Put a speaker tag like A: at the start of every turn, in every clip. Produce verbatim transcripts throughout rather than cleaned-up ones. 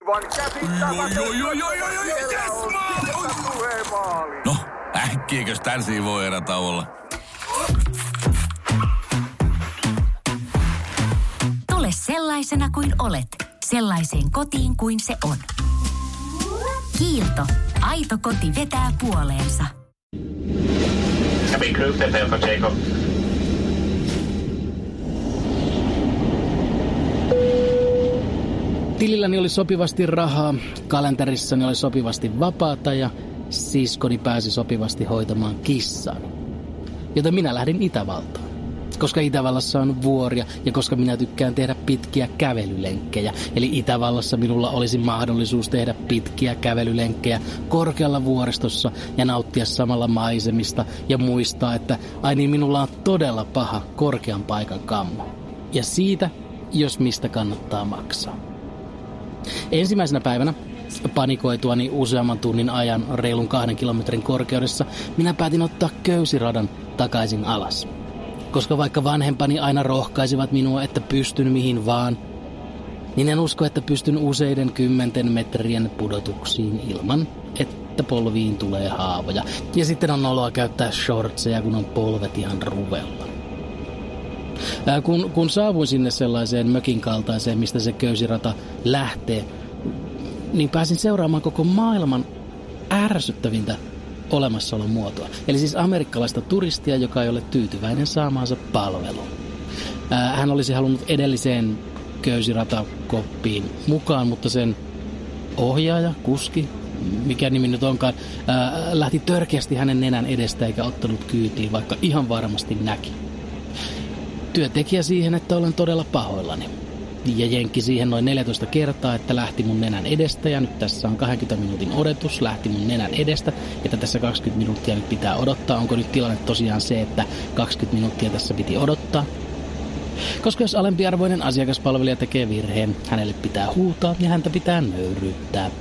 A: Aivan käsittämätöntä.
B: Joo, joo, joo, joo, joo, joo, yes, maali! No, äkkiäkös tän voi erätä olla?
C: Tule sellaisena kuin olet, sellaiseen kotiin kuin se on. Kiilto. Aito koti vetää puoleensa.
D: Cabin crew, prepare for takeoff.
E: Tililläni oli sopivasti rahaa, kalenterissani oli sopivasti vapaata ja siskoni pääsi sopivasti hoitamaan kissaani. Joten minä lähdin Itävaltaan. Koska Itävallassa on vuoria ja koska minä tykkään tehdä pitkiä kävelylenkkejä. Eli Itävallassa minulla olisi mahdollisuus tehdä pitkiä kävelylenkkejä korkealla vuoristossa ja nauttia samalla maisemista ja muistaa, että ai niin, minulla on todella paha korkean paikan kammo. Ja siitä, jos mistä kannattaa maksaa. Ensimmäisenä päivänä panikoituani useamman tunnin ajan reilun kahden kilometrin korkeudessa minä päätin ottaa köysiradan takaisin alas. Koska vaikka vanhempani aina rohkaisivat minua, että pystyn mihin vaan, niin en usko, että pystyn useiden kymmenten metrien pudotuksiin ilman, että polviin tulee haavoja. Ja sitten on oloa käyttää shortseja, kun on polvet ihan ruvella. Ää, kun, kun saavuin sinne sellaiseen mökin kaltaiseen, mistä se köysirata lähtee, niin pääsin seuraamaan koko maailman ärsyttävintä olemassaolon muotoa. Eli siis amerikkalaista turistia, joka ei ole tyytyväinen saamaansa palveluun. Ää, hän olisi halunnut edelliseen köysiratakoppiin mukaan, mutta sen ohjaaja, kuski, mikä nimi nyt onkaan, ää, lähti törkeästi hänen nenän edestä eikä ottanut kyytiin, vaikka ihan varmasti näki. Työntekijä siihen, että olen todella pahoillani. Ja jenkki siihen noin neljätoista kertaa, että lähti mun nenän edestä ja nyt tässä on kaksikymmentä minuutin odotus, lähti mun nenän edestä, että tässä kaksikymmentä minuuttia nyt pitää odottaa. Onko nyt tilanne tosiaan se, että kaksikymmentä minuuttia tässä piti odottaa? Koska jos alempiarvoinen asiakaspalvelija tekee virheen, hänelle pitää huutaa ja häntä pitää nöyryyttää.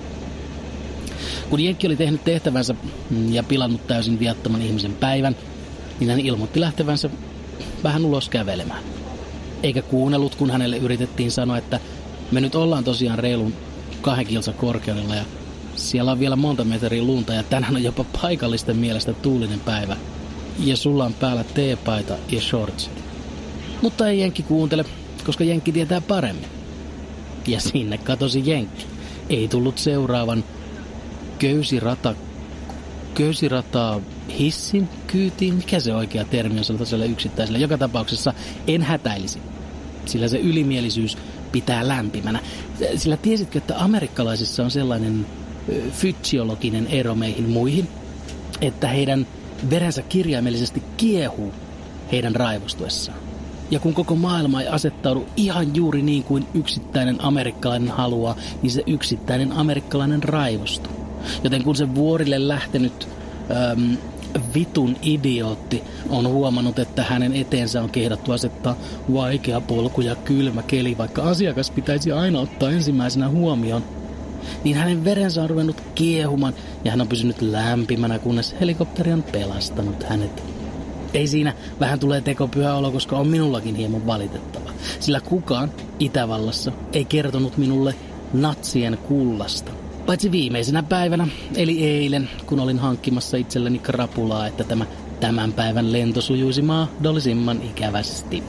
E: Kun jenkki oli tehnyt tehtävänsä ja pilannut täysin viattoman ihmisen päivän, niin hän ilmoitti lähtevänsä vähän ulos kävelemään. Eikä kuunnellut, kun hänelle yritettiin sanoa, että me nyt ollaan tosiaan reilun kahden kilsan korkeudella ja siellä on vielä monta metriä lunta ja tänään on jopa paikallisten mielestä tuulinen päivä. Ja sulla on päällä teepaita ja shortsit. Mutta ei jenkki kuuntele, koska jenkki tietää paremmin. Ja sinne katosi jenkki. Ei tullut seuraavan köysirata, köysirataa hissin kyytiin. Mikä se oikea termi on sellaiselle yksittäiselle? Joka tapauksessa en hätäilisi, sillä se ylimielisyys pitää lämpimänä. Sillä tiesitkö, että amerikkalaisissa on sellainen fysiologinen ero meihin muihin, että heidän verensä kirjaimellisesti kiehuu heidän raivostuessaan. Ja kun koko maailma ei asettaudu ihan juuri niin kuin yksittäinen amerikkalainen haluaa, niin se yksittäinen amerikkalainen raivostuu. Joten kun se vuorille lähtenyt äm, vitun idiootti on huomannut, että hänen eteensä on kehdattu asettaa vaikea polku ja kylmä keli, vaikka asiakas pitäisi aina ottaa ensimmäisenä huomioon, niin hänen verensä on ruvennut kiehumaan ja hän on pysynyt lämpimänä, kunnes helikopteri on pelastanut hänet. Ei siinä, vähän tulee tekopyhä olo, koska on minullakin hieman valitettava. Sillä kukaan Itävallassa ei kertonut minulle natsien kullasta. Paitsi viimeisenä päivänä, eli eilen, kun olin hankkimassa itselleni krapulaa, että tämä tämän päivän lento sujuisi mahdollisimman ikävästi.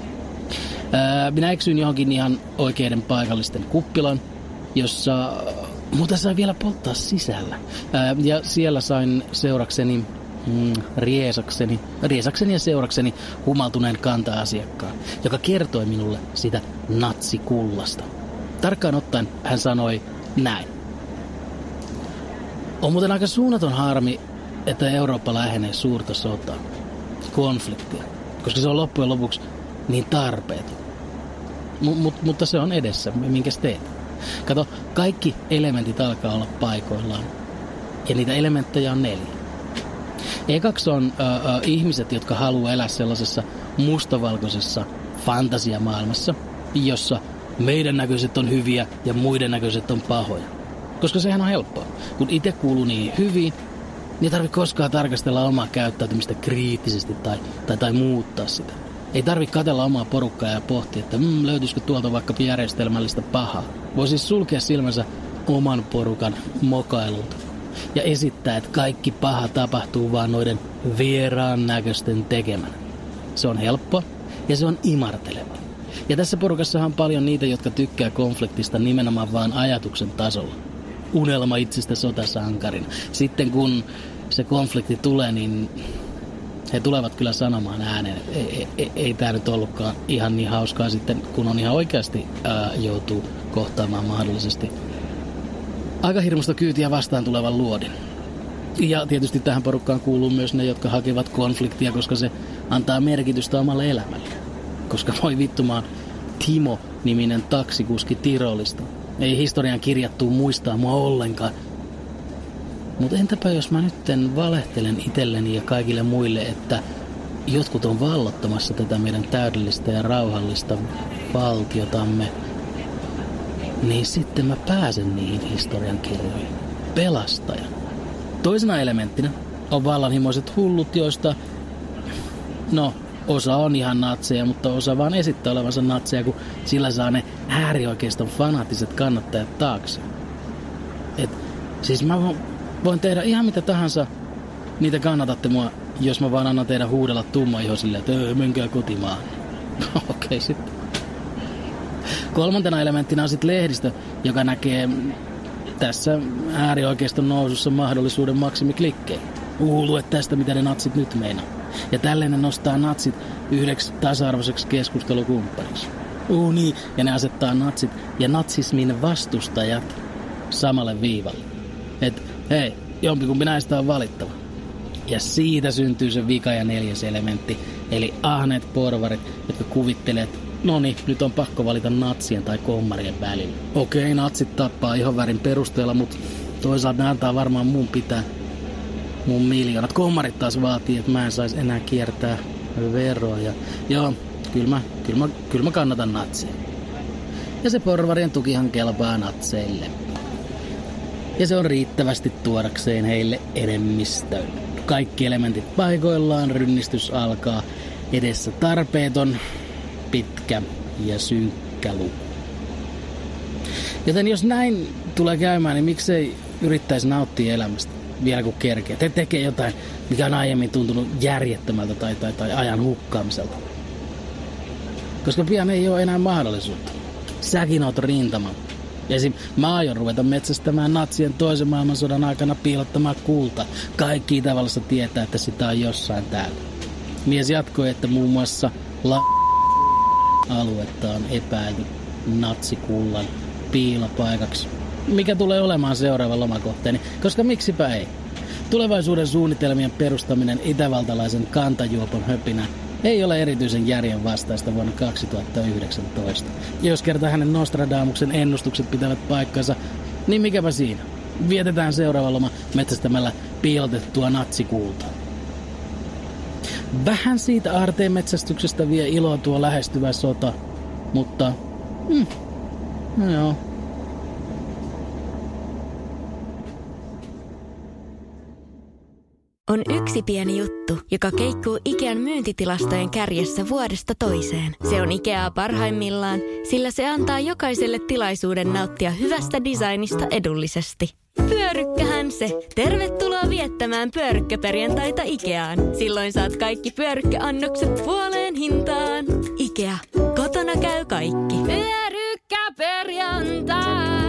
E: Ää, minä eksyin johonkin ihan oikeiden paikallisten kuppilan, jossa muuten sai vielä polttaa sisällä. Ää, ja siellä sain seurakseni, mm, riesakseni, riesakseni ja seurakseni humaltuneen kanta-asiakkaan, joka kertoi minulle sitä natsikullasta. Tarkkaan ottaen hän sanoi näin. On muuten aika suunnaton harmi, että Eurooppa lähenee suurta sotaa, konfliktia, koska se on loppujen lopuksi niin tarpeeton. M- mut, mutta se on edessä, minkäs teet? Kato, kaikki elementit alkaa olla paikoillaan, ja niitä elementtejä on neljä. Ekaksi on ö, ö, ihmiset, jotka haluaa elää sellaisessa mustavalkoisessa fantasiamaailmassa, jossa meidän näköiset on hyviä ja muiden näköiset on pahoja. Koska sehän on helppoa. Kun itse kuuluu niin hyvin, niin ei tarvitse koskaan tarkastella omaa käyttäytymistä kriittisesti tai, tai, tai muuttaa sitä. Ei tarvitse katsella omaa porukkaa ja pohtia, että mm, löytyisikö tuolta vaikka järjestelmällistä pahaa. voi siis sulkea silmänsä oman porukan mokailulta ja esittää, että kaikki paha tapahtuu vaan noiden vieraan näköisten tekemänä. Se on helppoa ja se on imarteleva. Ja tässä porukassahan on paljon niitä, jotka tykkää konfliktista nimenomaan vaan ajatuksen tasolla. Unelma itsestä sotasankarina. Sitten kun se konflikti tulee, niin he tulevat kyllä sanomaan ääneen, että ei, ei, ei tämä nyt ollutkaan ihan niin hauskaa sitten, kun on ihan oikeasti ää, joutuu kohtaamaan mahdollisesti aika hirmuista kyytiä vastaan tulevan luodin. Ja tietysti tähän porukkaan kuuluu myös ne, jotka hakevat konfliktia, koska se antaa merkitystä omalle elämälle. Koska voi vittu, mä oon Timo-niminen taksikuski Tirolista. Ei historian kirjattuu muistaa mua ollenkaan. Mutta entäpä jos mä nytten valehtelen itselleni ja kaikille muille, että jotkut on vallottamassa tätä meidän täydellistä ja rauhallista valtiotamme, niin sitten mä pääsen niihin historian kirjoihin. Pelastajan. Toisena elementtinä on vallanhimoiset hullut, joista, no, osa on ihan natseja, mutta osa vaan esittää olevansa natseja, kun sillä saa ne äärioikeiston fanaattiset kannattajat taakse. Et, siis mä voin tehdä ihan mitä tahansa, niitä kannatatte mua, jos mä vaan annan teidän huudella tummaihoisille, että öö, menkää kotimaahan. Okei okay, sitten. Kolmantena elementtinä on sitten lehdistö, joka näkee tässä äärioikeiston nousussa mahdollisuuden maksimiklikkeihin. Lue tästä, mitä ne natsit nyt meinaa. Ja tälleen ne nostaa natsit yhdeksi tasa-arvoiseksi keskustelukumppaniksi. Uu niin, ja ne asettaa natsit ja natsismin vastustajat samalle viivalle. Et hei, jompikumpi näistä on valittava. Ja siitä syntyy se vika ja neljäs elementti, eli ahneet porvarit, jotka kuvittelee, että no niin, nyt on pakko valita natsien tai kommarien välillä. Okei, natsit tappaa ihonvärin perusteella, mutta toisaalta ne antaa varmaan mun pitää mun miljoonat. Kommarit taas vaatii, että mä en sais enää kiertää veroja. Joo, kyllä mä, kyllä mä, kyllä mä kannatan natsia. Ja se porvarien tukihan kelpaa natseille. Ja se on riittävästi tuodakseen heille enemmistön. Kaikki elementit paikoillaan, rynnistys alkaa. Edessä tarpeeton, pitkä ja synkkä luku. Joten jos näin tulee käymään, niin miksei yrittäisi nauttia elämästä vielä kun kerkee. Te tekee jotain, mikä on aiemmin tuntunut järjettömältä tai, tai, tai ajan hukkaamiselta. Koska pian ei ole enää mahdollisuutta. Säkin oot rintamalla. Esim. mä aion ruveta metsästämään natsien toisen maailmansodan aikana piilottamaan kultaa. Kaikki Itävallassa tietää, että sitä on jossain täällä. Mies jatkoi, että muun muassa la... aluetta on epäilty natsikullan piilopaikaksi. Mikä tulee olemaan seuraava lomakohteeni, koska miksipä ei. Tulevaisuuden suunnitelmien perustaminen itävaltalaisen kantajuopon höpinään ei ole erityisen järjen vastaista vuonna kaksituhattayhdeksäntoista. Jos kerta hänen Nostradamuksen ennustukset pitävät paikkansa, niin mikäpä siinä. Vietetään seuraava loma metsästämällä piilotettua natsikultaa. Vähän siitä aarteen metsästyksestä vie iloa tuo lähestyvä sota, mutta mm, no joo.
A: On yksi pieni juttu, joka keikkuu Ikean myyntitilastojen kärjessä vuodesta toiseen. Se on Ikeaa parhaimmillaan, sillä se antaa jokaiselle tilaisuuden nauttia hyvästä designista edullisesti. Pyörykkähän se! Tervetuloa viettämään pyörykkäperjantaita Ikeaan. Silloin saat kaikki pyörykkäannokset puoleen hintaan. Ikea. Kotona käy kaikki. Pyörykkäperjantai!